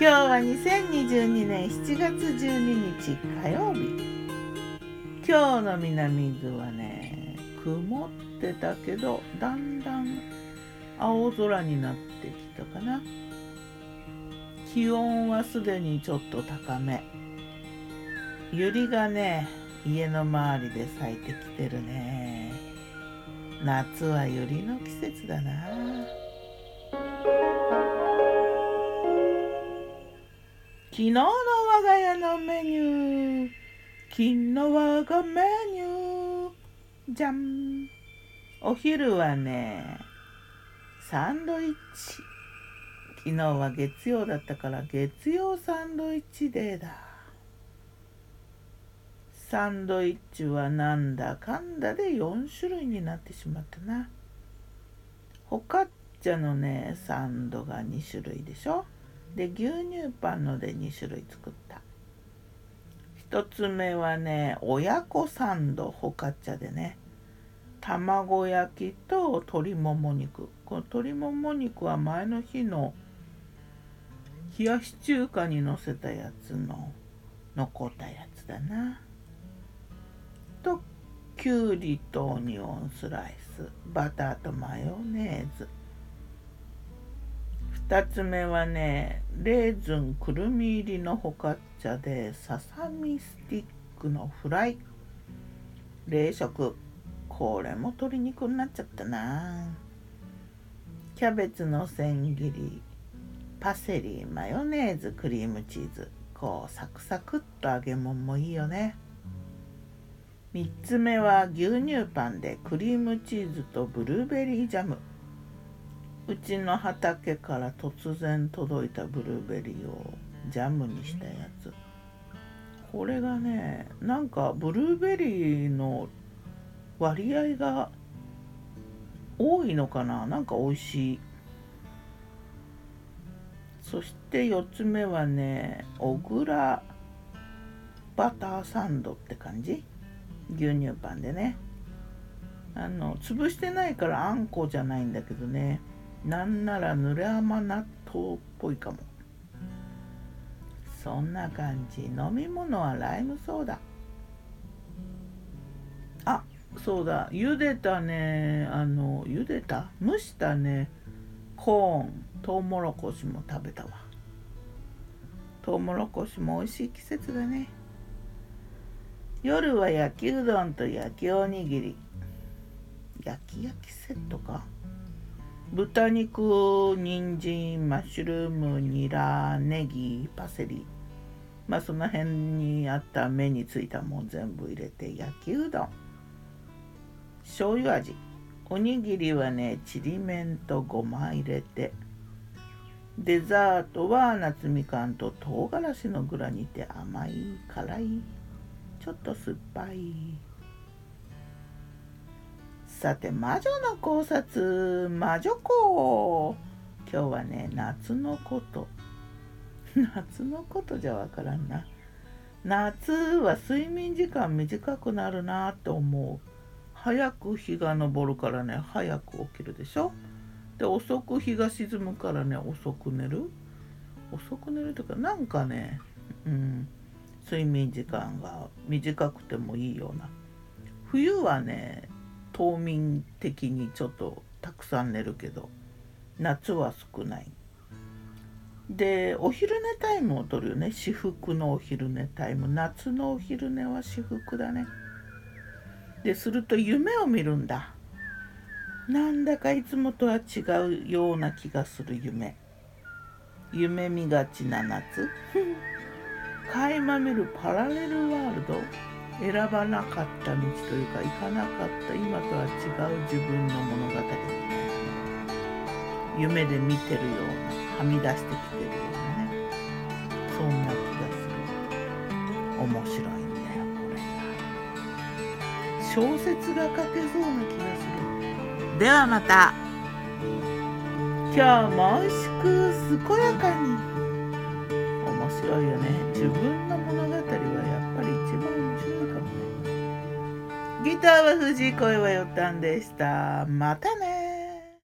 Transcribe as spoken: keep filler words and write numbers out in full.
今日はにせんにじゅうにねんしちがつじゅうににち火曜日。今日の南伊豆はね、曇ってたけどだんだん青空になってきたかな。気温はすでにちょっと高め。百合がね、家の周りで咲いてきてるね。夏は百合の季節だな。昨日の我が家のメニュー、昨日我がメニュー、じゃん。お昼はね、サンドイッチ。昨日は月曜だったから月曜サンドイッチデーだ。サンドイッチはなんだかんだでよんしゅるいになってしまったな。ホカッチャのね、サンドがにしゅるいでしょ。で、牛乳パンのでにしゅるい作った。一つ目はね、親子サンド、ホカッチャでね、卵焼きと鶏もも肉。この鶏もも肉は前の日の冷やし中華にのせたやつの残ったやつだな。と、きゅうりとオニオンスライス、バターとマヨネーズ。二つ目はね、レーズンくるみ入りのホカッチャでささみスティックのフライ。冷食。これも鶏肉になっちゃったな。キャベツの千切り、パセリ、マヨネーズ、クリームチーズ。こうサクサクっと揚げ物もいいよね。三つ目は牛乳パンでクリームチーズとブルーベリージャム。うちの畑から突然届いたブルーベリーをジャムにしたやつ。これがね、なんかブルーベリーの割合が多いのかな。なんか美味しい。そしてよっつめはね、小倉バターサンドって感じ。牛乳パンでね、あの潰してないからあんこじゃないんだけどね、なんならぬれ甘納豆っぽいかも。そんな感じ。飲み物はライムソーダ。あ、そうだ、茹でたね、あの茹でた蒸したね、コーン、トウモロコシも食べたわ。トウモロコシも美味しい季節だね。夜は焼きうどんと焼きおにぎり。焼き焼きセットか。豚肉、人参、マッシュルーム、ニラ、ネギ、パセリ。まあその辺にあった目についたもん全部入れて焼きうどん。醤油味。おにぎりはね、ちりめんとごま入れて。デザートは夏みかんと唐辛子のグラニテ。甘い、辛い、ちょっと酸っぱい。さて、魔女の考察、魔女子。今日はね、夏のこと。夏のことじゃわからんな。夏は睡眠時間短くなるなって思う。早く日が昇るからね、早く起きるでしょ。で、遅く日が沈むからね、遅く寝る。遅く寝るとか、なんかね、うん、睡眠時間が短くてもいいような。冬はね、冬眠的にちょっとたくさん寝るけど、夏は少ない。で、お昼寝タイムを取るよね。至福のお昼寝タイム。夏のお昼寝は至福だね。で、すると夢を見るんだ。なんだかいつもとは違うような気がする夢。夢見がちな夏。垣間見るパラレルワールド。選ばなかった道というか、行かなかった今とは違う自分の物語。夢で見てるような、はみ出してきてるようなね、そんな気がする。面白いんだよこれが。小説が書けそうな気がする。ではまた。今日も美味しく健やかに。面白いよね。自分の物語はやっぱり一番面白いかもね。ギターは藤井、声はよったんでした。またね。